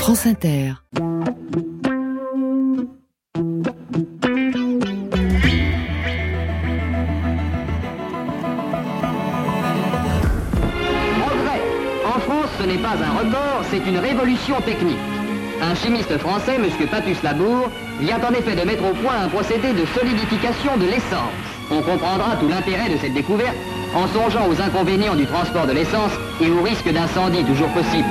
France Inter. Ce n'est pas un record, c'est une révolution technique. Un chimiste français, M. Patus Labour, vient en effet de mettre au point un procédé de solidification de l'essence. On comprendra tout l'intérêt de cette découverte en songeant aux inconvénients du transport de l'essence et aux risques d'incendie toujours possibles.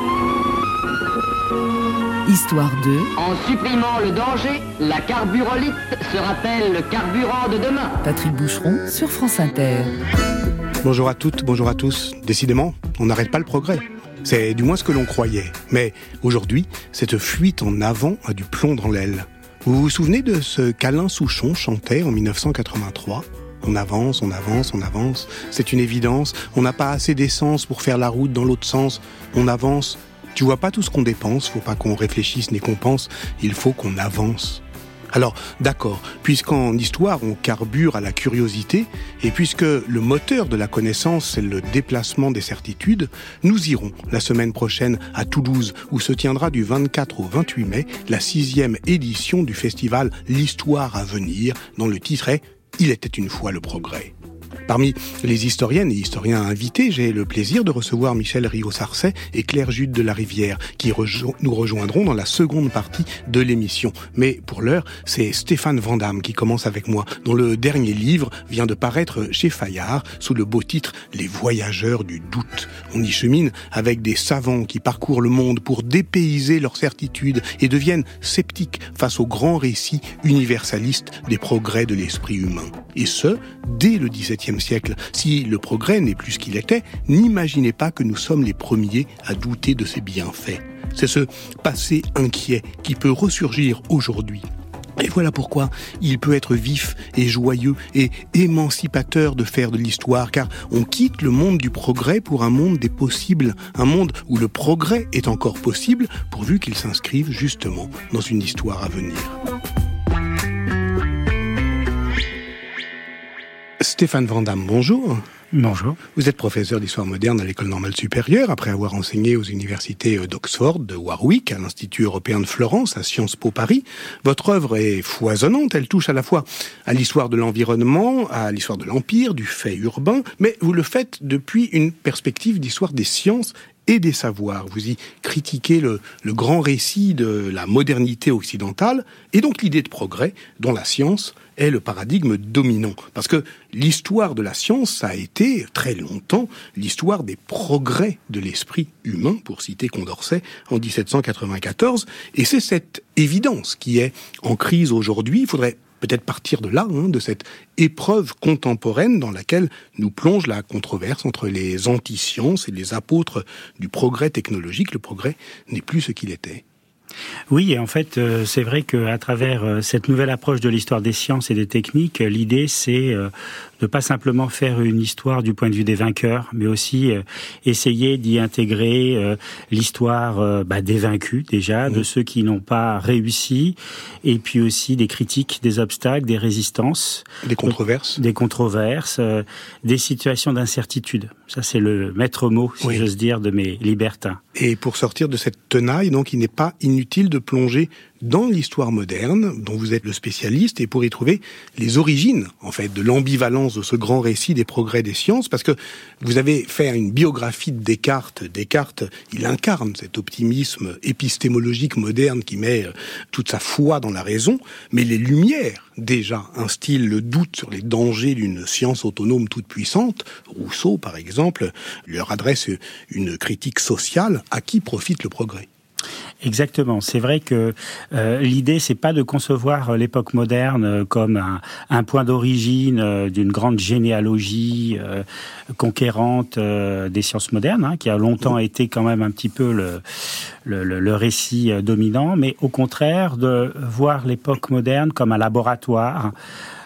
Histoire 2. En supprimant le danger, la carburolyte sera-t-elle le carburant de demain ? Patrick Boucheron sur France Inter. Bonjour à toutes, bonjour à tous. Décidément, on n'arrête pas le progrès. C'est du moins ce que l'on croyait. Mais aujourd'hui, cette fuite en avant a du plomb dans l'aile. Vous vous souvenez de ce qu'Alain Souchon chantait en 1983 ? On avance, on avance, on avance. C'est une évidence. On n'a pas assez d'essence pour faire la route dans l'autre sens. On avance. Tu vois pas tout ce qu'on dépense. Faut pas qu'on réfléchisse ni qu'on pense. Il faut qu'on avance. Alors, d'accord, puisqu'en histoire, on carbure à la curiosité, et puisque le moteur de la connaissance, c'est le déplacement des certitudes, nous irons la semaine prochaine à Toulouse, où se tiendra du 24 au 28 mai la 6e édition du festival L'Histoire à venir, dont le titre est « Il était une fois le progrès ». Parmi les historiennes et historiens invités, j'ai le plaisir de recevoir Michel Riot-Sarcey et Claire Jude de la Rivière, qui nous rejoindront dans la seconde partie de l'émission. Mais pour l'heure, c'est Stéphane Vandamme qui commence avec moi, dont le dernier livre vient de paraître chez Fayard, sous le beau titre « Les voyageurs du doute ». On y chemine avec des savants qui parcourent le monde pour dépayser leurs certitudes et deviennent sceptiques face aux grands récits universalistes des progrès de l'esprit humain. Et ce, dès le XVIIe siècle. Si le progrès n'est plus ce qu'il était, n'imaginez pas que nous sommes les premiers à douter de ses bienfaits. C'est ce passé inquiet qui peut ressurgir aujourd'hui. Et voilà pourquoi il peut être vif et joyeux et émancipateur de faire de l'histoire, car on quitte le monde du progrès pour un monde des possibles, un monde où le progrès est encore possible, pourvu qu'il s'inscrive justement dans une histoire à venir. Stéphane Vandamme, bonjour. Bonjour. Vous êtes professeur d'histoire moderne à l'École normale supérieure, après avoir enseigné aux universités d'Oxford, de Warwick, à l'Institut européen de Florence, à Sciences Po Paris. Votre œuvre est foisonnante, elle touche à la fois à l'histoire de l'environnement, à l'histoire de l'Empire, du fait urbain, mais vous le faites depuis une perspective d'histoire des sciences et des savoirs. Vous y critiquez le grand récit de la modernité occidentale, et donc l'idée de progrès, dont la science est le paradigme dominant. Parce que l'histoire de la science, ça a été très longtemps l'histoire des progrès de l'esprit humain, pour citer Condorcet, en 1794. Et c'est cette évidence qui est en crise aujourd'hui. Il faudrait peut-être partir de là, de cette épreuve contemporaine dans laquelle nous plonge la controverse entre les anti-sciences et les apôtres du progrès technologique. Le progrès n'est plus ce qu'il était. Oui, et en fait, c'est vrai qu'à travers cette nouvelle approche de l'histoire des sciences et des techniques, l'idée, c'est de pas simplement faire une histoire du point de vue des vainqueurs, mais aussi essayer d'y intégrer l'histoire des vaincus, déjà, de ceux qui n'ont pas réussi, et puis aussi des critiques, des obstacles, des résistances. Des controverses. Des situations d'incertitude. Ça, c'est le maître mot, si j'ose dire, de mes libertins. Et pour sortir de cette tenaille, donc, il n'est pas inutile de plonger dans l'histoire moderne, dont vous êtes le spécialiste, et pour y trouver les origines, en fait, de l'ambivalence de ce grand récit des progrès des sciences, parce que vous avez fait une biographie de Descartes. Descartes, il incarne cet optimisme épistémologique moderne qui met toute sa foi dans la raison, mais les Lumières, déjà, instillent le doute sur les dangers d'une science autonome toute puissante. Rousseau, par exemple, leur adresse une critique sociale. À qui profite le progrès ? Exactement. C'est vrai que l'idée, c'est pas de concevoir l'époque moderne comme un point d'origine d'une grande généalogie conquérante des sciences modernes, qui a longtemps été quand même un petit peu le récit dominant, mais au contraire de voir l'époque moderne comme un laboratoire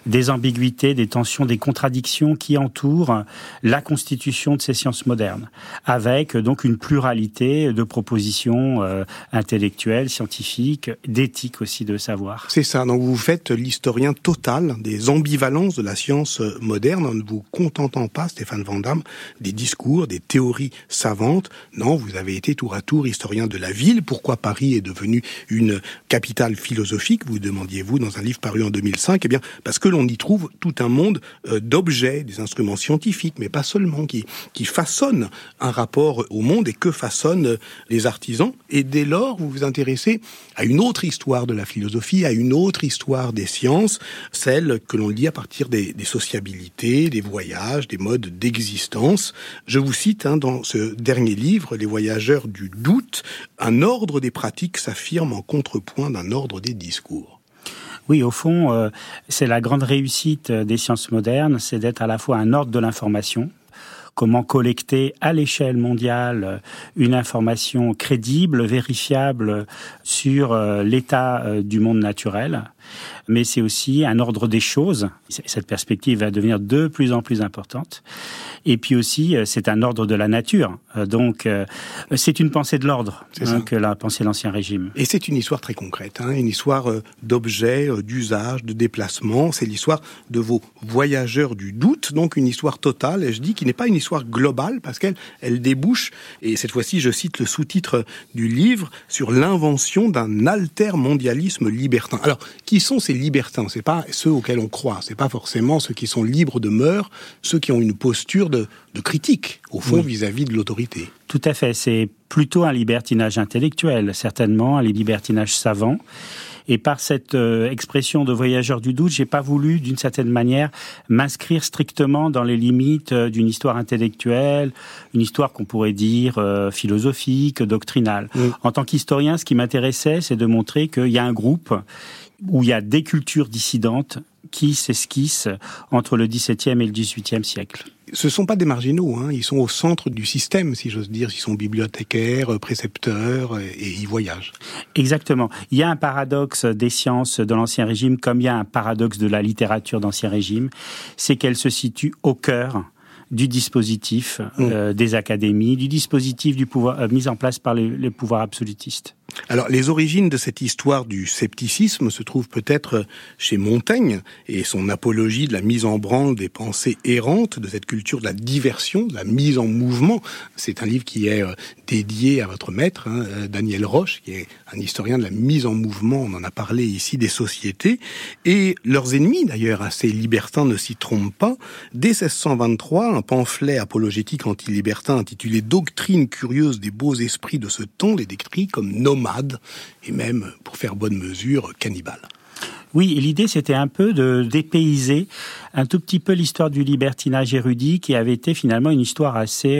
des ambiguïtés, des tensions, des contradictions qui entourent la constitution de ces sciences modernes, avec donc une pluralité de propositions intellectuelles, scientifiques, d'éthique aussi de savoir. C'est ça, donc vous faites l'historien total des ambivalences de la science moderne en ne vous contentant pas, Stéphane Van Damme, des discours, des théories savantes. Non, vous avez été tour à tour historien de la ville. Pourquoi Paris est devenu une capitale philosophique, vous demandiez-vous dans un livre paru en 2005 ? Eh bien, parce que l'on y trouve tout un monde d'objets, des instruments scientifiques, mais pas seulement, qui façonnent un rapport au monde et que façonnent les artisans. Et dès lors, vous vous intéressez à une autre histoire de la philosophie, à une autre histoire des sciences, celle que l'on lit à partir des sociabilités, des voyages, des modes d'existence. Je vous cite dans ce dernier livre, Les voyageurs du doute, un ordre des pratiques s'affirme en contrepoint d'un ordre des discours. Oui, au fond, c'est la grande réussite des sciences modernes, c'est d'être à la fois un ordre de l'information. Comment collecter à l'échelle mondiale une information crédible, vérifiable sur l'état du monde naturel. Mais c'est aussi un ordre des choses. Cette perspective va devenir de plus en plus importante. Et puis aussi, c'est un ordre de la nature. Donc, c'est une pensée de l'ordre que la pensée de l'Ancien Régime. Et c'est une histoire très concrète, une histoire d'objets, d'usages, de déplacements. C'est l'histoire de vos voyageurs du doute, donc une histoire totale, et je dis qui n'est pas une histoire globale, parce qu'elle débouche, et cette fois-ci, je cite le sous-titre du livre, sur l'invention d'un altermondialisme libertin. Alors, qui sont ces libertins ? C'est pas ceux auxquels on croit, c'est pas forcément ceux qui sont libres de mœurs, ceux qui ont une posture de critique, au fond, vis-à-vis de l'autorité. Tout à fait, c'est plutôt un libertinage intellectuel, certainement, un libertinage savant. Et par cette expression de voyageur du doute, j'ai pas voulu, d'une certaine manière, m'inscrire strictement dans les limites d'une histoire intellectuelle, une histoire qu'on pourrait dire philosophique, doctrinale. En tant qu'historien, ce qui m'intéressait, c'est de montrer qu'il y a un groupe où il y a des cultures dissidentes qui s'esquissent entre le XVIIe et le XVIIIe siècle. Ce ne sont pas des marginaux, ils sont au centre du système, si j'ose dire. Ils sont bibliothécaires, précepteurs et ils voyagent. Exactement. Il y a un paradoxe des sciences de l'Ancien Régime, comme il y a un paradoxe de la littérature d'Ancien Régime, c'est qu'elle se situe au cœur du dispositif des académies, du dispositif du pouvoir mis en place par les pouvoirs absolutistes. Alors, les origines de cette histoire du scepticisme se trouvent peut-être chez Montaigne et son apologie de la mise en branle des pensées errantes, de cette culture de la diversion, de la mise en mouvement. C'est un livre qui est dédié à votre maître, Daniel Roche, qui est un historien de la mise en mouvement, on en a parlé ici, des sociétés. Et leurs ennemis, d'ailleurs, ces libertins ne s'y trompent pas. Dès 1623, un pamphlet apologétique anti-libertin intitulé « Doctrine curieuse des beaux esprits de ce temps » les décrit comme nomades et même, pour faire bonne mesure, cannibales. Oui, et l'idée, c'était un peu de dépayser un tout petit peu l'histoire du libertinage érudit qui avait été finalement une histoire assez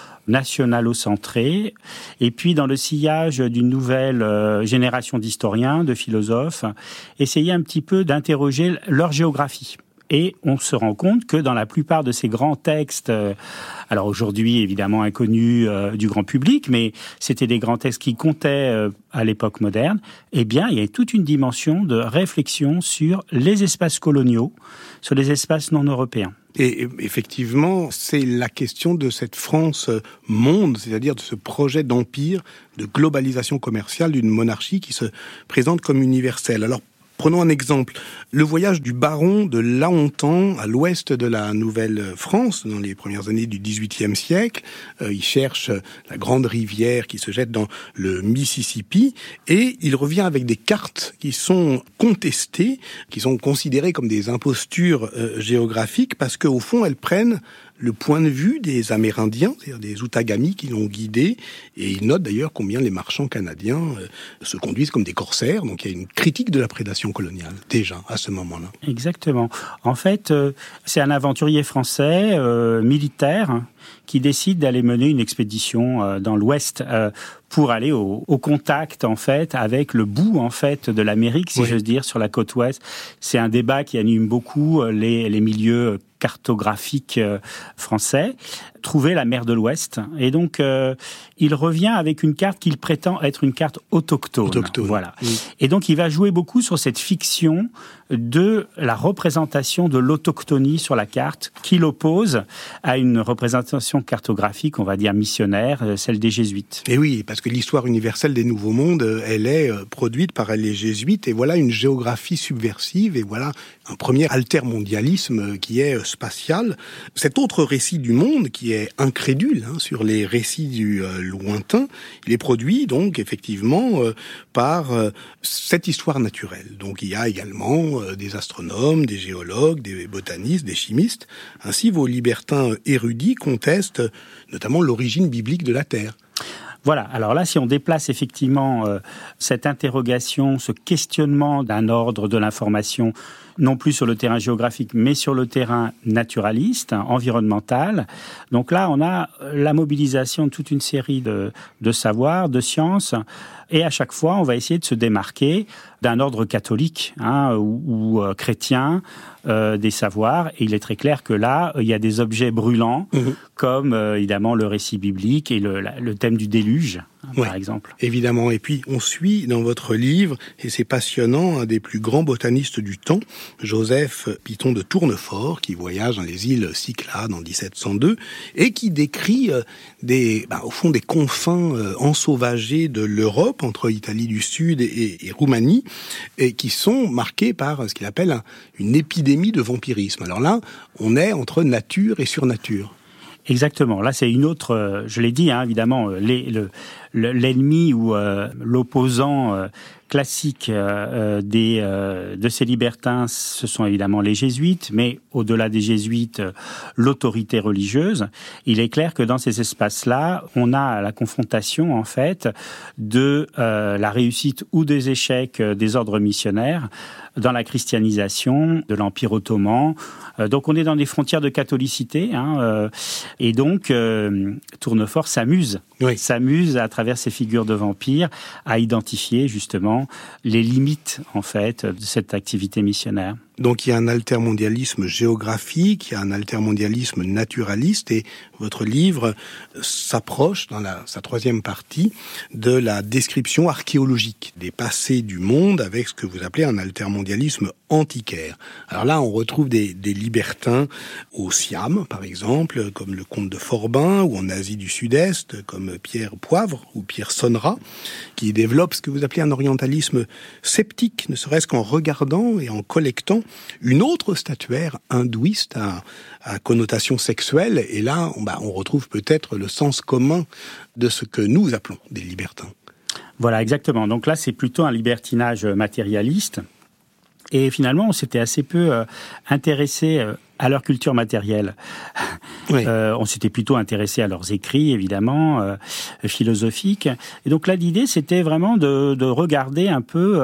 nationalo-centrée. Et puis, dans le sillage d'une nouvelle génération d'historiens, de philosophes, essayer un petit peu d'interroger leur géographie. Et on se rend compte que dans la plupart de ces grands textes, alors aujourd'hui évidemment inconnus du grand public, mais c'était des grands textes qui comptaient à l'époque moderne, eh bien il y a toute une dimension de réflexion sur les espaces coloniaux, sur les espaces non européens. Et effectivement, c'est la question de cette France monde, c'est-à-dire de ce projet d'empire, de globalisation commerciale d'une monarchie qui se présente comme universelle. Alors, prenons un exemple. Le voyage du baron de Lahontan à l'ouest de la Nouvelle-France, dans les premières années du XVIIIe siècle. Il cherche la grande rivière qui se jette dans le Mississippi et il revient avec des cartes qui sont contestées, qui sont considérées comme des impostures géographiques parce qu'au fond, elles prennent le point de vue des Amérindiens, c'est-à-dire des Outagamie qui l'ont guidé, et il note d'ailleurs combien les marchands canadiens se conduisent comme des corsaires, donc il y a une critique de la prédation coloniale, déjà, à ce moment-là. Exactement. En fait, c'est un aventurier français, militaire, qui décide d'aller mener une expédition dans l'Ouest pour aller au contact, en fait, avec le bout, en fait, de l'Amérique, si j'ose dire, sur la côte Ouest. C'est un débat qui anime beaucoup les milieux cartographiques français. trouver la mer de l'Ouest. Et donc, il revient avec une carte qu'il prétend être une carte autochtone. Voilà. Oui. Et donc, il va jouer beaucoup sur cette fiction de la représentation de l'autochtonie sur la carte, qu'il oppose à une représentation cartographique, on va dire missionnaire, celle des jésuites. Et oui, parce que l'histoire universelle des Nouveaux Mondes, elle est produite par les jésuites, et voilà une géographie subversive, et voilà un premier altermondialisme qui est spatial. Cet autre récit du monde, qui est incrédule sur les récits du lointain, il est produit donc effectivement par cette histoire naturelle. Donc il y a également des astronomes, des géologues, des botanistes, des chimistes. Ainsi, vos libertins érudits contestent notamment l'origine biblique de la Terre. Voilà, alors là, si on déplace effectivement cette interrogation, ce questionnement d'un ordre de l'information, non plus sur le terrain géographique, mais sur le terrain naturaliste, environnemental. Donc là, on a la mobilisation de toute une série de savoirs, de sciences, et à chaque fois, on va essayer de se démarquer d'un ordre catholique ou chrétien des savoirs. Et il est très clair que là, il y a des objets brûlants, comme évidemment le récit biblique et le thème du déluge, par exemple. Évidemment. Et puis, on suit dans votre livre, et c'est passionnant, un des plus grands botanistes du temps, Joseph Piton de Tournefort, qui voyage dans les îles Cyclades en 1702, et qui décrit au fond des confins ensauvagés de l'Europe, entre Italie du Sud et Roumanie, et qui sont marqués par ce qu'il appelle une épidémie de vampirisme. Alors là, on est entre nature et surnature. Exactement. Là, c'est une autre. Je l'ai dit, évidemment, l'ennemi ou l'opposant classique de ces libertins, ce sont évidemment les jésuites, mais au-delà des jésuites, l'autorité religieuse. Il est clair que dans ces espaces-là, on a la confrontation, en fait, de la réussite ou des échecs des ordres missionnaires dans la christianisation de l'Empire ottoman. Donc, on est dans des frontières de catholicité, et donc Tournefort s'amuse à travers ces figures de vampires à identifier justement les limites en fait de cette activité missionnaire. Donc il y a un altermondialisme géographique, il y a un altermondialisme naturaliste, et votre livre s'approche dans sa troisième partie de la description archéologique des passés du monde avec ce que vous appelez un altermondialisme antiquaire. Alors là, on retrouve des libertins au Siam, par exemple, comme le comte de Forbin, ou en Asie du Sud-Est, comme Pierre Poivre ou Pierre Sonnera, qui développent ce que vous appelez un orientalisme sceptique, ne serait-ce qu'en regardant et en collectant une autre statuaire hindouiste à connotation sexuelle. Et là, on retrouve peut-être le sens commun de ce que nous appelons des libertins. Voilà, exactement. Donc là, c'est plutôt un libertinage matérialiste. Et finalement, on s'était assez peu intéressé à leur culture matérielle. Oui. On s'était plutôt intéressé à leurs écrits, évidemment, philosophiques. Et donc là, l'idée, c'était vraiment de regarder un peu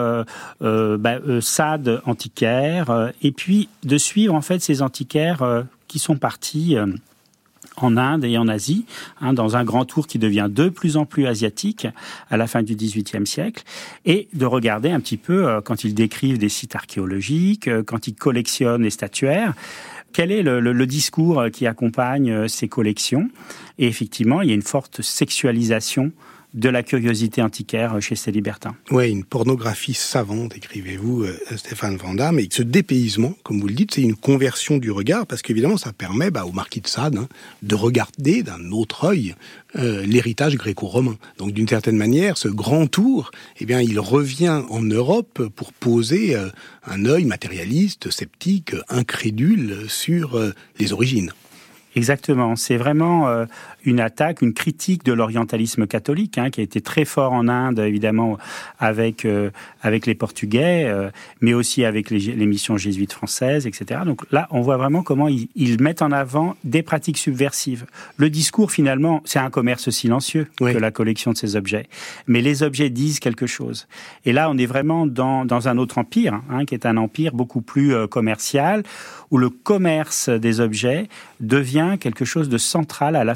Sade antiquaire, et puis de suivre en fait ces antiquaires qui sont partis en Inde et en Asie, dans un grand tour qui devient de plus en plus asiatique à la fin du XVIIIe siècle, et de regarder un petit peu, quand ils décrivent des sites archéologiques, quand ils collectionnent les statuaires, quel est le discours qui accompagne ces collections. Et effectivement, il y a une forte sexualisation de la curiosité antiquaire chez ces libertins. Oui, une pornographie savante, écrivez-vous, Stéphane Van Damme. Et ce dépaysement, comme vous le dites, c'est une conversion du regard, parce qu'évidemment, ça permet au marquis de Sade de regarder d'un autre œil l'héritage gréco-romain. Donc, d'une certaine manière, ce grand tour, il revient en Europe pour poser un œil matérialiste, sceptique, incrédule sur les origines. Exactement. C'est vraiment une attaque, une critique de l'orientalisme catholique, qui a été très fort en Inde, évidemment, avec les Portugais, mais aussi avec les missions jésuites françaises, etc. Donc là, on voit vraiment comment ils mettent en avant des pratiques subversives. Le discours, finalement, c'est un commerce silencieux que la collection de ces objets. Mais les objets disent quelque chose. Et là, on est vraiment dans un autre empire, qui est un empire beaucoup plus commercial, où le commerce des objets devient quelque chose de central à la fin du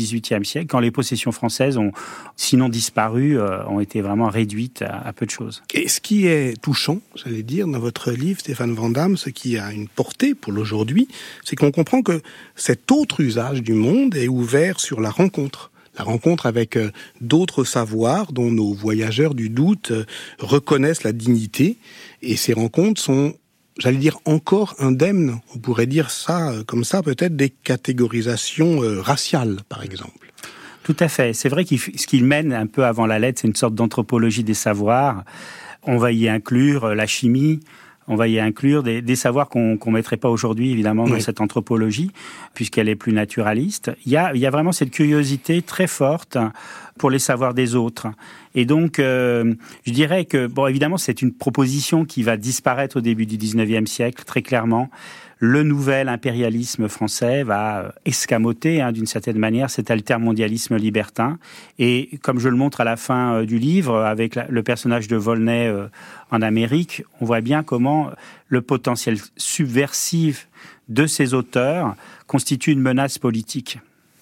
XVIIIe siècle, quand les possessions françaises ont, sinon disparu, ont été vraiment réduites à peu de choses. Et ce qui est touchant, j'allais dire, dans votre livre, Stéphane Vandamme, ce qui a une portée pour l'aujourd'hui, c'est qu'on comprend que cet autre usage du monde est ouvert sur la rencontre avec d'autres savoirs dont nos voyageurs du doute reconnaissent la dignité. Et ces rencontres sont, j'allais dire, encore indemnes, on pourrait dire ça comme ça, peut-être des catégorisations raciales, par exemple. Tout à fait. C'est vrai ce qu'il mène un peu avant la lettre, c'est une sorte d'anthropologie des savoirs. On va y inclure la chimie, on va y inclure des savoirs qu'on mettrait pas aujourd'hui, évidemment, dans cette anthropologie, puisqu'elle est plus naturaliste. Il y a vraiment cette curiosité très forte pour les savoirs des autres. Et donc, je dirais que, bon, évidemment, c'est une proposition qui va disparaître au début du 19e siècle, très clairement. Le nouvel impérialisme français va escamoter, d'une certaine manière, cet altermondialisme libertin. Et comme je le montre à la fin du livre, avec le personnage de Volney en Amérique, on voit bien comment le potentiel subversif de ces auteurs constitue une menace politique.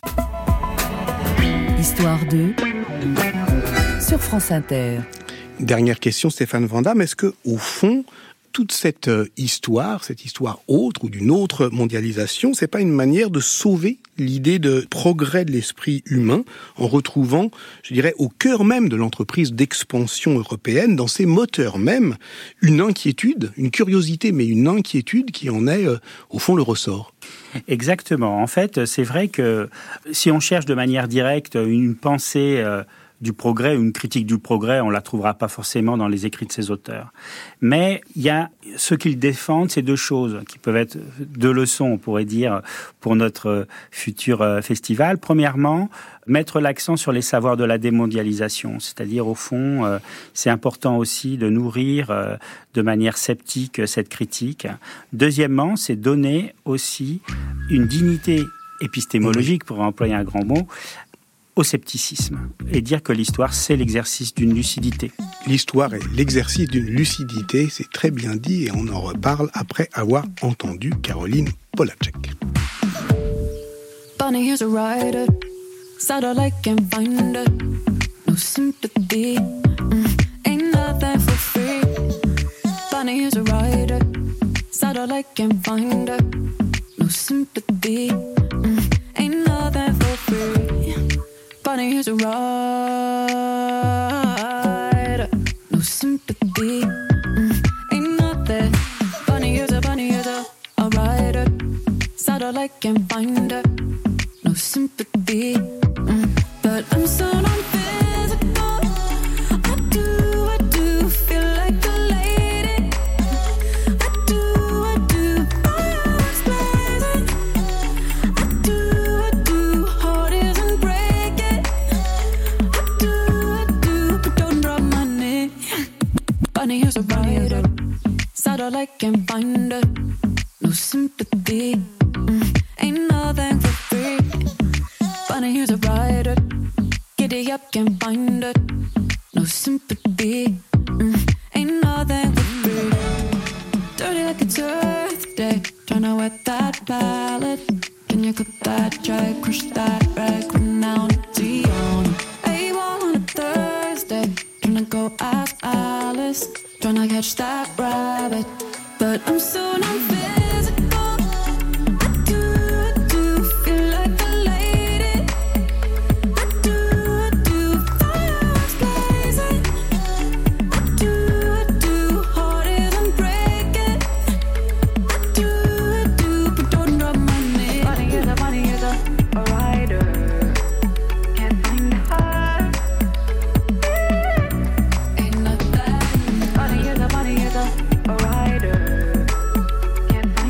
Histoire 2 sur France Inter. Dernière question, Stéphane Vandamme. Est-ce que, au fond, toute cette histoire autre ou d'une autre mondialisation, c'est pas une manière de sauver l'idée de progrès de l'esprit humain en retrouvant, je dirais, au cœur même de l'entreprise d'expansion européenne, dans ses moteurs même, une inquiétude, une curiosité, mais une inquiétude qui en est, au fond, le ressort? Exactement. En fait, c'est vrai que si on cherche de manière directe une pensée du progrès, une critique du progrès, on la trouvera pas forcément dans les écrits de ces auteurs. Mais il y a ce qu'ils défendent, ces deux choses qui peuvent être deux leçons, on pourrait dire, pour notre futur festival. Premièrement, mettre l'accent sur les savoirs de la démondialisation, c'est-à-dire au fond, c'est important aussi de nourrir de manière sceptique cette critique. Deuxièmement, c'est donner aussi une dignité épistémologique, pour employer un grand mot, au scepticisme et dire que l'histoire, c'est l'exercice d'une lucidité. L'histoire est l'exercice d'une lucidité, c'est très bien dit et on en reparle après avoir entendu Caroline Polacek. Bunny is a rider, satellite can't find her, no sympathy, ain't nothing for free. Bunny is a rider, satellite can't find her, no sympathy, ain't nothing for free. Bunny is a rider, no sympathy, ain't nothing. Bunny is a rider, satellite can't find her, no sympathy, but I'm so non-physical. I do feel like a lady. I do, fireworks blazing. I do, heart isn't breaking. I do, but don't drop my name. Bunny is a rider, satellite can't find her, no sympathy, ain't nothing for free. Bunny is a rider, giddy up can't find her, no sympathy, ain't nothing for free. Dirty like it's Earth Day, tryna wet that palette. Can you cut that dry, crush that rag, run out to on A1 on a Thursday, tryna go ask Alice, tryna catch that rabbit, but I'm so non-physical. I do feel like a lady. I do, fireworks blazing. I do, heart isn't breaking. I do, but don't drop my name. Bunny is a rider, can't find her. Ain't nothing. Bunny is a rider, can't find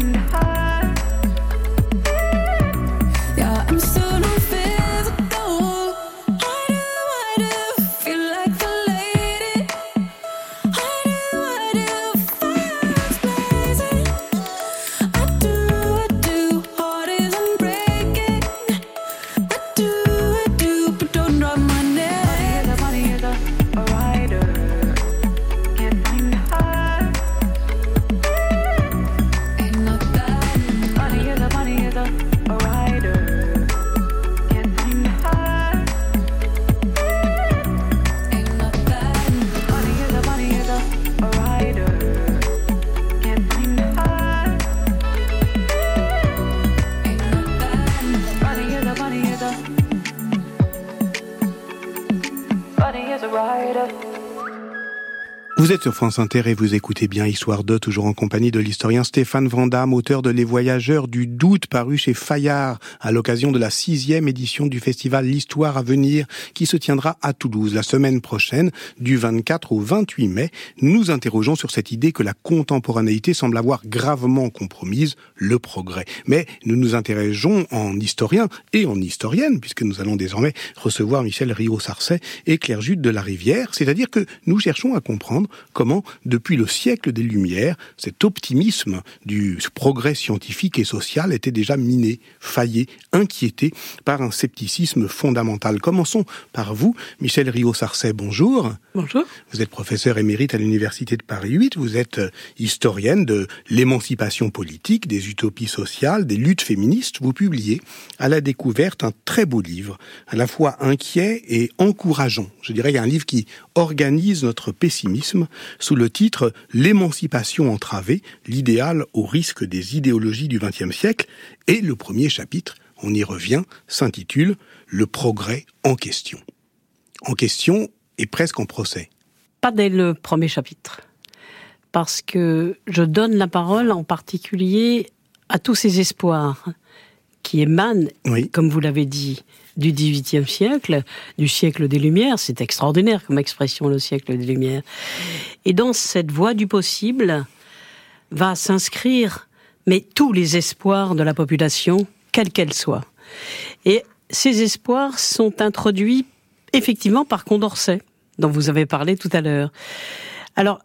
Vous êtes sur France Inter et vous écoutez bien Histoire de, toujours en compagnie de l'historien Stéphane Vandamme, auteur de Les Voyageurs du Doute, paru chez Fayard, à l'occasion de la 6e édition du festival L'Histoire à venir, qui se tiendra à Toulouse la semaine prochaine, du 24 au 28 mai. Nous nous interrogeons sur cette idée que la contemporanéité semble avoir gravement compromise le progrès. Mais nous nous interrogeons en historien et en historienne, puisque nous allons désormais recevoir Michel Riault-Sarcey et Claire Jude de la Rivière, c'est-à-dire que nous cherchons à comprendre comment, depuis le siècle des Lumières, cet optimisme du progrès scientifique et social était déjà miné, faillé, inquiété par un scepticisme fondamental. Commençons par vous, Michel Riault-Sarcey, bonjour. Bonjour. Vous êtes professeur émérite à l'Université de Paris 8, vous êtes historienne de l'émancipation politique, des utopies sociales, des luttes féministes. Vous publiez à la découverte un très beau livre, à la fois inquiet et encourageant. Je dirais un livre qui organise notre pessimisme sous le titre « L'émancipation entravée, l'idéal au risque des idéologies du XXe siècle ». Et le premier chapitre, on y revient, s'intitule « Le progrès en question ». En question et presque en procès. Pas dès le premier chapitre, parce que je donne la parole en particulier à tous ces espoirs qui émanent, oui, comme vous l'avez dit, du XVIIIe siècle, du siècle des Lumières. C'est extraordinaire comme expression, le siècle des Lumières. Et dans cette voie du possible va s'inscrire, mais tous les espoirs de la population, quelle qu'elle soit. Et ces espoirs sont introduits effectivement par Condorcet, dont vous avez parlé tout à l'heure. Alors,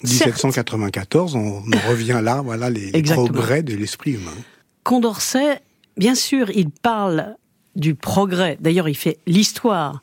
1794, on en revient là, voilà les progrès de l'esprit humain. Condorcet, bien sûr, il parle du progrès. D'ailleurs, il fait l'histoire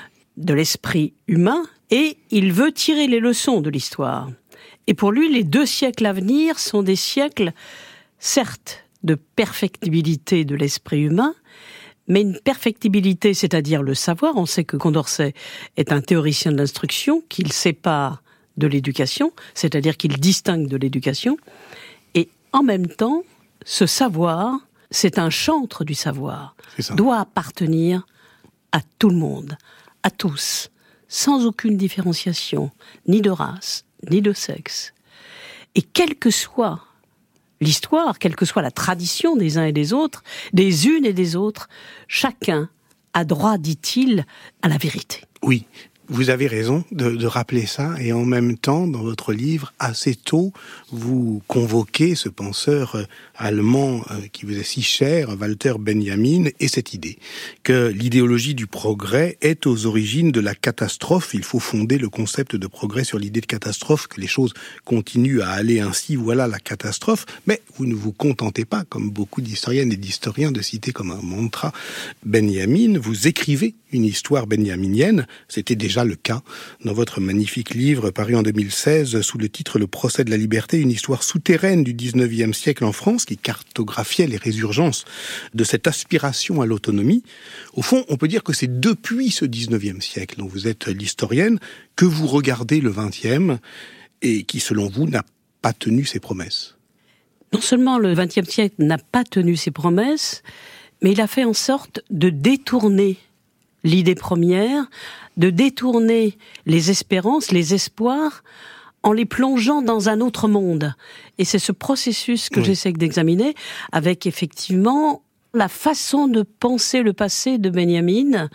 de l'esprit humain et il veut tirer les leçons de l'histoire. Et pour lui, les 2 siècles à venir sont des siècles, certes, de perfectibilité de l'esprit humain, mais une perfectibilité, c'est-à-dire le savoir. On sait que Condorcet est un théoricien de l'instruction, qu'il sépare de l'éducation, c'est-à-dire qu'il distingue de l'éducation. Et en même temps, ce savoir, c'est un chantre du savoir, doit appartenir à tout le monde, à tous, sans aucune différenciation, ni de race, ni de sexe. Et quelle que soit l'histoire, quelle que soit la tradition des uns et des autres, des unes et des autres, chacun a droit, dit-il, à la vérité. Oui. Vous avez raison de rappeler ça, et en même temps, dans votre livre, assez tôt, vous convoquez ce penseur allemand qui vous est si cher, Walter Benjamin, et cette idée que l'idéologie du progrès est aux origines de la catastrophe. Il faut fonder le concept de progrès sur l'idée de catastrophe, que les choses continuent à aller ainsi, voilà la catastrophe. Mais vous ne vous contentez pas, comme beaucoup d'historiennes et d'historiens, de citer comme un mantra Benjamin. Vous écrivez une histoire benjaminienne, c'était déjà le cas dans votre magnifique livre paru en 2016 sous le titre « Le procès de la liberté », une histoire souterraine du 19e siècle en France qui cartographiait les résurgences de cette aspiration à l'autonomie. Au fond, on peut dire que c'est depuis ce 19e siècle dont vous êtes l'historienne que vous regardez le 20e et qui, selon vous, n'a pas tenu ses promesses. Non seulement le 20e siècle n'a pas tenu ses promesses, mais il a fait en sorte de détourner l'idée première, de détourner les espérances, les espoirs, en les plongeant dans un autre monde. Et c'est ce processus que j'essaie d'examiner, avec effectivement la façon de penser le passé de Benjamin.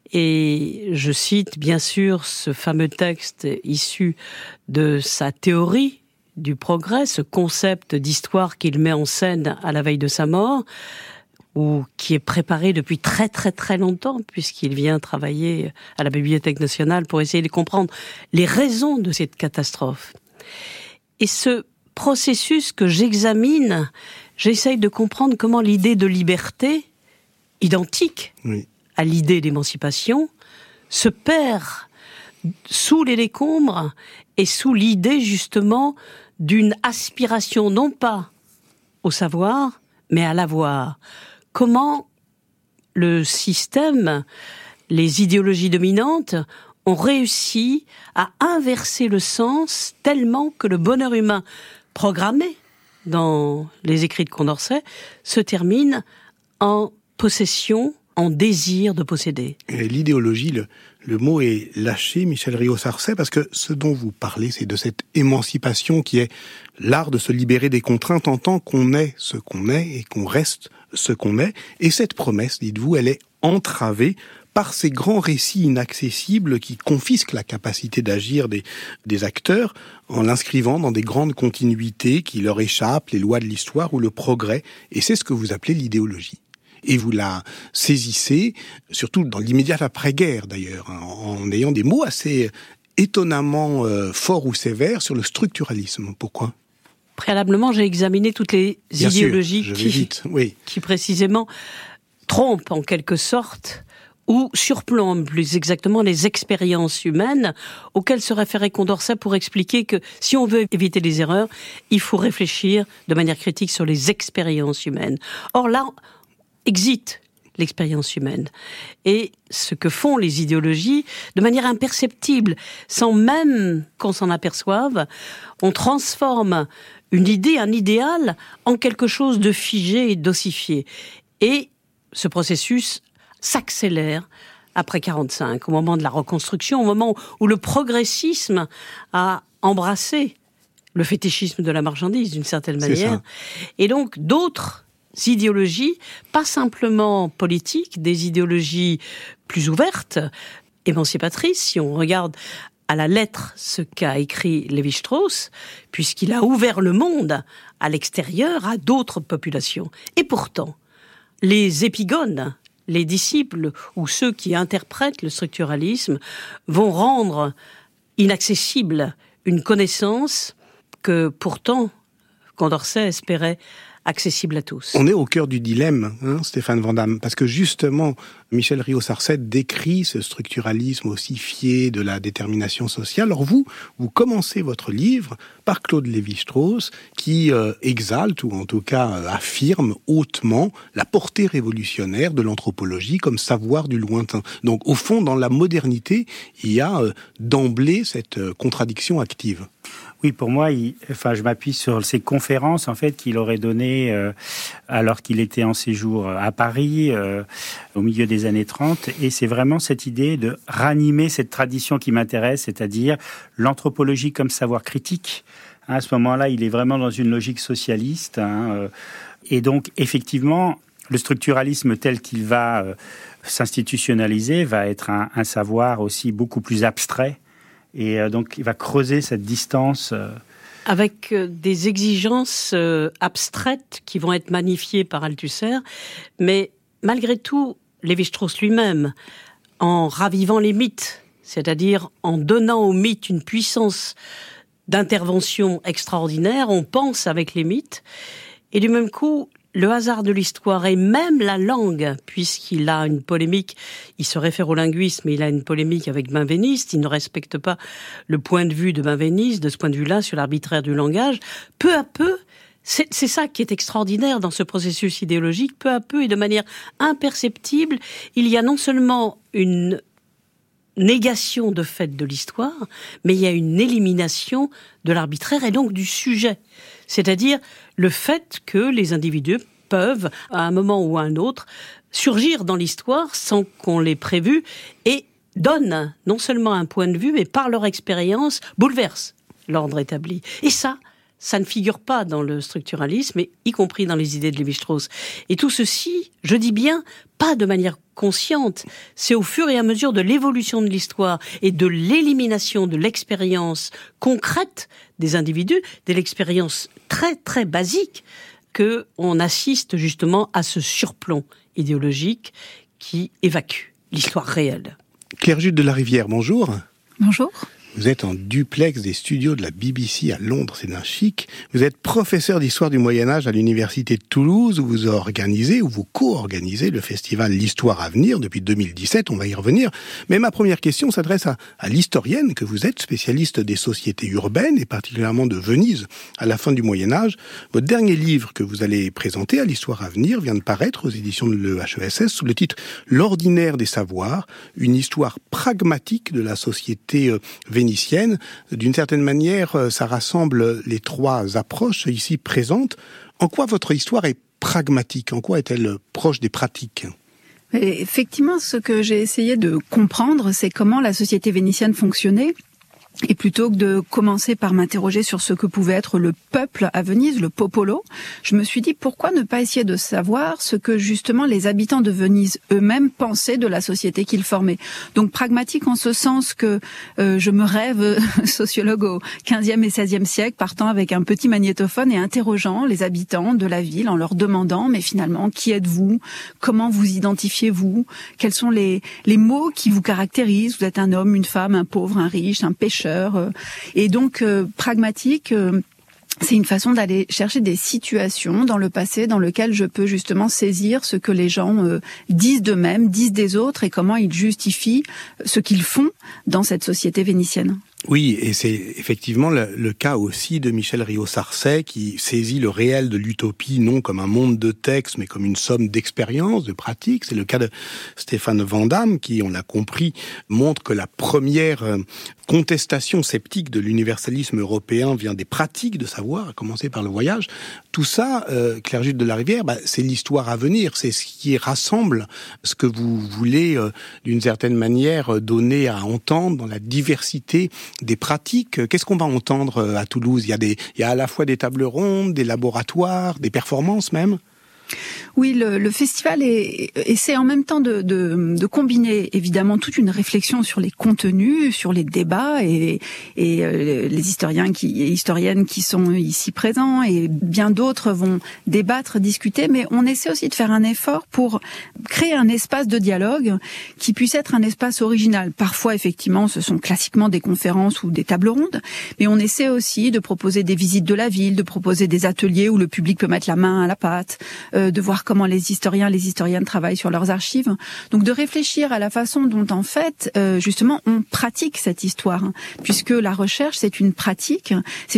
Et je cite bien sûr ce fameux texte issu de sa théorie du progrès, ce concept d'histoire qu'il met en scène à la veille de sa mort, ou qui est préparé depuis très très très longtemps, puisqu'il vient travailler à la Bibliothèque nationale pour essayer de comprendre les raisons de cette catastrophe. Et ce processus que j'examine, j'essaye de comprendre comment l'idée de liberté, identique à l'idée d'émancipation, se perd sous les décombres et sous l'idée justement d'une aspiration non pas au savoir, mais à l'avoir. Comment le système, les idéologies dominantes ont réussi à inverser le sens tellement que le bonheur humain programmé dans les écrits de Condorcet se termine en possession, en désir de posséder. Et l'idéologie, Le mot est lâché, Michel Riault-Sarcey, parce que ce dont vous parlez, c'est de cette émancipation qui est l'art de se libérer des contraintes en tant qu'on est ce qu'on est et qu'on reste ce qu'on est. Et cette promesse, dites-vous, elle est entravée par ces grands récits inaccessibles qui confisquent la capacité d'agir des acteurs en l'inscrivant dans des grandes continuités qui leur échappent, les lois de l'histoire ou le progrès. Et c'est ce que vous appelez l'idéologie. Et vous la saisissez, surtout dans l'immédiat après-guerre d'ailleurs, en ayant des mots assez étonnamment forts ou sévères sur le structuralisme. Pourquoi ? Préalablement, j'ai examiné toutes les idéologies qui précisément trompent en quelque sorte ou surplombent plus exactement les expériences humaines auxquelles se référait Condorcet pour expliquer que si on veut éviter les erreurs, il faut réfléchir de manière critique sur les expériences humaines. Or là, existe l'expérience humaine. Et ce que font les idéologies, de manière imperceptible, sans même qu'on s'en aperçoive, on transforme une idée, un idéal, en quelque chose de figé et d'ossifié. Et ce processus s'accélère après 1945, au moment de la reconstruction, au moment où le progressisme a embrassé le fétichisme de la marchandise, d'une certaine manière. Et donc, d'autres idéologies, pas simplement politiques, des idéologies plus ouvertes, émancipatrices, si on regarde à la lettre ce qu'a écrit Lévi-Strauss, puisqu'il a ouvert le monde à l'extérieur, à d'autres populations. Et pourtant, les épigones, les disciples ou ceux qui interprètent le structuralisme vont rendre inaccessible une connaissance que pourtant Condorcet espérait accessible à tous. On est au cœur du dilemme, Stéphane Van Damme, parce que justement, Michel Riault-Sarcey décrit ce structuralisme ossifié de la détermination sociale. Alors vous commencez votre livre par Claude Lévi-Strauss, qui exalte, ou en tout cas affirme hautement la portée révolutionnaire de l'anthropologie comme savoir du lointain. Donc au fond, dans la modernité, il y a d'emblée cette contradiction active. Oui, pour moi, je m'appuie sur ces conférences en fait qu'il aurait données alors qu'il était en séjour à Paris au milieu des années 30, et c'est vraiment cette idée de ranimer cette tradition qui m'intéresse, c'est-à-dire l'anthropologie comme savoir critique. À ce moment-là, il est vraiment dans une logique socialiste, et donc effectivement, le structuralisme tel qu'il va s'institutionnaliser va être un savoir aussi beaucoup plus abstrait. Et donc, il va creuser cette distance. Avec des exigences abstraites qui vont être magnifiées par Althusser. Mais malgré tout, Lévi-Strauss lui-même, en ravivant les mythes, c'est-à-dire en donnant aux mythes une puissance d'intervention extraordinaire, on pense avec les mythes. Et du même coup, le hasard de l'histoire et même la langue, puisqu'il a une polémique, il se réfère au linguisme, mais il a une polémique avec Benveniste, il ne respecte pas le point de vue de Benveniste, de ce point de vue-là, sur l'arbitraire du langage. Peu à peu, c'est ça qui est extraordinaire dans ce processus idéologique, peu à peu et de manière imperceptible, il y a non seulement une négation de fait de l'histoire, mais il y a une élimination de l'arbitraire et donc du sujet. C'est-à-dire le fait que les individus peuvent, à un moment ou à un autre, surgir dans l'histoire sans qu'on l'ait prévu et donnent non seulement un point de vue, mais par leur expérience, bouleversent l'ordre établi. Et ça ne figure pas dans le structuralisme, y compris dans les idées de Lévi-Strauss. Et tout ceci, je dis bien, pas de manière consciente, c'est au fur et à mesure de l'évolution de l'histoire et de l'élimination de l'expérience concrète des individus, de l'expérience très très basique, que on assiste justement à ce surplomb idéologique qui évacue l'histoire réelle. Claire Jude de la Rivière, bonjour. Bonjour. Vous êtes en duplex des studios de la BBC à Londres, c'est d'un chic. Vous êtes professeur d'histoire du Moyen-Âge à l'université de Toulouse, où vous co-organisez le festival L'Histoire à venir depuis 2017, on va y revenir. Mais ma première question s'adresse à l'historienne que vous êtes, spécialiste des sociétés urbaines et particulièrement de Venise à la fin du Moyen-Âge. Votre dernier livre que vous allez présenter à l'Histoire à venir vient de paraître aux éditions de l'EHESS sous le titre L'ordinaire des savoirs, une histoire pragmatique de la société vénitienne. D'une certaine manière, ça rassemble les trois approches ici présentes. En quoi votre histoire est pragmatique ? En quoi est-elle proche des pratiques ? Et effectivement, ce que j'ai essayé de comprendre, c'est comment la société vénitienne fonctionnait. Et plutôt que de commencer par m'interroger sur ce que pouvait être le peuple à Venise, le popolo, je me suis dit pourquoi ne pas essayer de savoir ce que justement les habitants de Venise eux-mêmes pensaient de la société qu'ils formaient. Donc pragmatique en ce sens que je me rêve sociologue au XVe et XVIe siècle, partant avec un petit magnétophone et interrogeant les habitants de la ville en leur demandant mais finalement qui êtes-vous, comment vous identifiez-vous, quels sont les mots qui vous caractérisent, vous êtes un homme, une femme, un pauvre, un riche, un pêcheur. Et donc, pragmatique, c'est une façon d'aller chercher des situations dans le passé dans lesquelles je peux justement saisir ce que les gens disent d'eux-mêmes, disent des autres et comment ils justifient ce qu'ils font dans cette société vénitienne. Oui, et c'est effectivement le cas aussi de Michel Rio-Sarcey qui saisit le réel de l'utopie non comme un monde de textes mais comme une somme d'expériences, de pratiques. C'est le cas de Stéphane Van Damme qui, on l'a compris, montre que la première contestation sceptique de l'universalisme européen vient des pratiques de savoir, à commencer par le voyage. Tout ça, Claire Jude de la Rivière, c'est l'histoire à venir, c'est ce qui rassemble ce que vous voulez d'une certaine manière donner à entendre dans la diversité des pratiques. Qu'est-ce qu'on va entendre à Toulouse ? Il y a à la fois des tables rondes, des laboratoires, des performances même. Oui, le festival essaie en même temps de combiner évidemment toute une réflexion sur les contenus, sur les débats et les historiens et historiennes qui sont ici présents et bien d'autres vont débattre, discuter, mais on essaie aussi de faire un effort pour créer un espace de dialogue qui puisse être un espace original. Parfois, effectivement, ce sont classiquement des conférences ou des tables rondes, mais on essaie aussi de proposer des visites de la ville, de proposer des ateliers où le public peut mettre la main à la pâte, de voir comment les historiens, les historiennes travaillent sur leurs archives. Donc de réfléchir à la façon dont en fait, justement, on pratique cette histoire. Puisque la recherche, c'est une pratique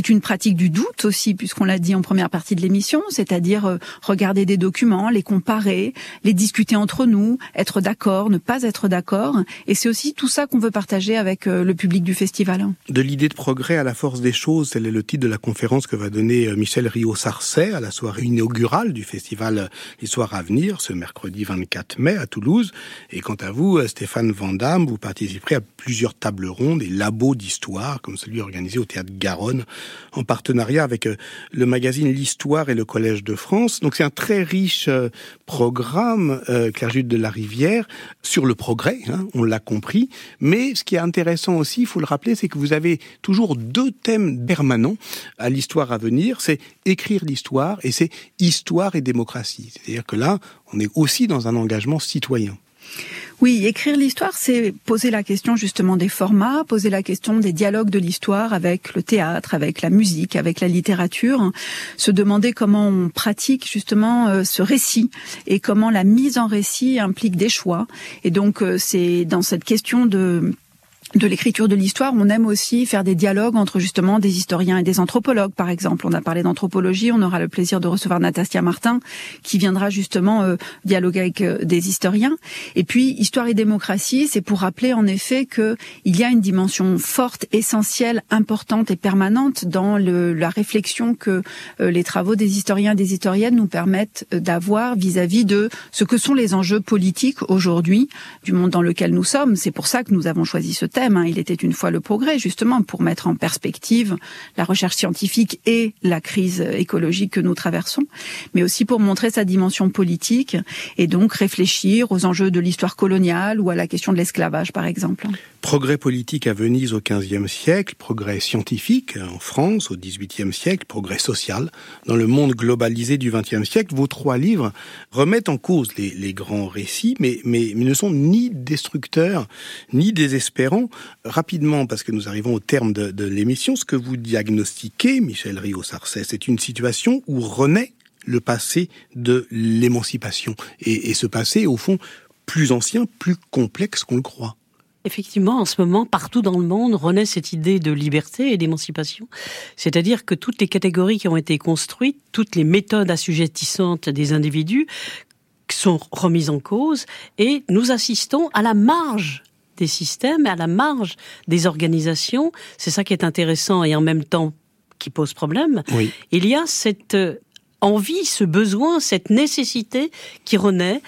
du doute aussi, puisqu'on l'a dit en première partie de l'émission, c'est-à-dire regarder des documents, les comparer, les discuter entre nous, être d'accord, ne pas être d'accord. Et c'est aussi tout ça qu'on veut partager avec le public du festival. De l'idée de progrès à la force des choses, tel est le titre de la conférence que va donner Michel Rio-Sarcey à la soirée inaugurale du festival L'Histoire à venir, ce mercredi 24 mai à Toulouse. Et quant à vous, Stéphane Van Damme, vous participerez à plusieurs tables rondes et labos d'histoire, comme celui organisé au Théâtre Garonne, en partenariat avec le magazine L'Histoire et le Collège de France. Donc c'est un très riche programme, Claire Jude de la Rivière, sur le progrès, on l'a compris. Mais ce qui est intéressant aussi, il faut le rappeler, c'est que vous avez toujours deux thèmes permanents à l'Histoire à venir. C'est écrire l'histoire et c'est histoire et démocratie. C'est-à-dire que là, on est aussi dans un engagement citoyen. Oui, écrire l'histoire, c'est poser la question justement des formats, poser la question des dialogues de l'histoire avec le théâtre, avec la musique, avec la littérature, se demander comment on pratique justement ce récit et comment la mise en récit implique des choix. Et donc c'est dans cette question de l'écriture de l'histoire, on aime aussi faire des dialogues entre justement des historiens et des anthropologues, par exemple. On a parlé d'anthropologie, on aura le plaisir de recevoir Natassia Martin, qui viendra justement dialoguer avec des historiens. Et puis, histoire et démocratie, c'est pour rappeler en effet que il y a une dimension forte, essentielle, importante et permanente dans la réflexion que les travaux des historiens et des historiennes nous permettent d'avoir vis-à-vis de ce que sont les enjeux politiques aujourd'hui du monde dans lequel nous sommes. C'est pour ça que nous avons choisi ce thème. Il était une fois le progrès, justement, pour mettre en perspective la recherche scientifique et la crise écologique que nous traversons, mais aussi pour montrer sa dimension politique et donc réfléchir aux enjeux de l'histoire coloniale ou à la question de l'esclavage, par exemple. Progrès politique à Venise au XVe siècle, progrès scientifique en France au XVIIIe siècle, progrès social dans le monde globalisé du XXe siècle. Vos trois livres remettent en cause les grands récits, mais ne sont ni destructeurs ni désespérants. Rapidement, parce que nous arrivons au terme de l'émission, ce que vous diagnostiquez, Michel Rio-Sarcey, c'est une situation où renaît le passé de l'émancipation. Et ce passé, au fond, plus ancien, plus complexe qu'on le croit. Effectivement, en ce moment, partout dans le monde, renaît cette idée de liberté et d'émancipation. C'est-à-dire que toutes les catégories qui ont été construites, toutes les méthodes assujettissantes des individus sont remises en cause et nous assistons à la marge des systèmes, à la marge des organisations. C'est ça qui est intéressant et en même temps qui pose problème. Oui. Il y a cette envie, ce besoin, cette nécessité qui renaît.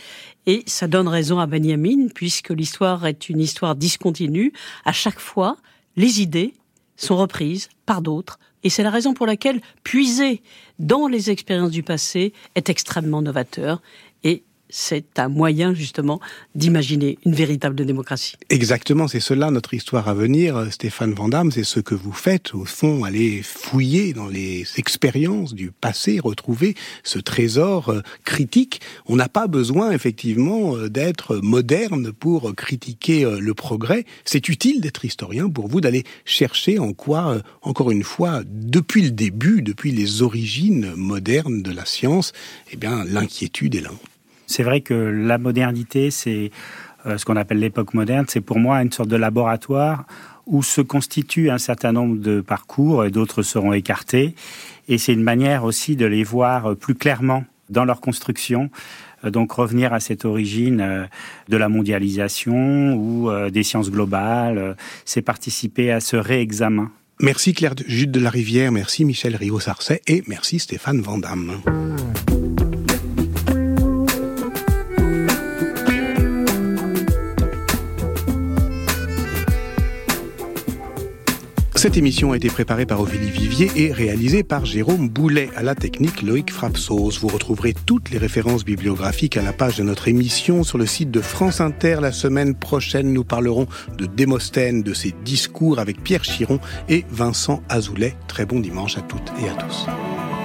Et ça donne raison à Benjamin, puisque l'histoire est une histoire discontinue. À chaque fois, les idées sont reprises par d'autres. Et c'est la raison pour laquelle puiser dans les expériences du passé est extrêmement novateur. Et c'est un moyen, justement, d'imaginer une véritable démocratie. Exactement, c'est cela notre histoire à venir, Stéphane Van Damme, c'est ce que vous faites, au fond, aller fouiller dans les expériences du passé, retrouver ce trésor critique. On n'a pas besoin, effectivement, d'être moderne pour critiquer le progrès. C'est utile d'être historien pour vous, d'aller chercher en quoi, encore une fois, depuis le début, depuis les origines modernes de la science, eh bien, l'inquiétude est là. C'est vrai que la modernité, c'est ce qu'on appelle l'époque moderne, c'est pour moi une sorte de laboratoire où se constituent un certain nombre de parcours et d'autres seront écartés. Et c'est une manière aussi de les voir plus clairement dans leur construction. Donc revenir à cette origine de la mondialisation ou des sciences globales, c'est participer à ce réexamen. Merci Claire Jude de la Rivière, merci Michel Rio-Sarcey et merci Stéphane Van Damme. Cette émission a été préparée par Ophélie Vivier et réalisée par Jérôme Boulet. À la technique, Loïc Frapsos. Vous retrouverez toutes les références bibliographiques à la page de notre émission sur le site de France Inter. La semaine prochaine, nous parlerons de Démosthène, de ses discours avec Pierre Chiron et Vincent Azoulay. Très bon dimanche à toutes et à tous.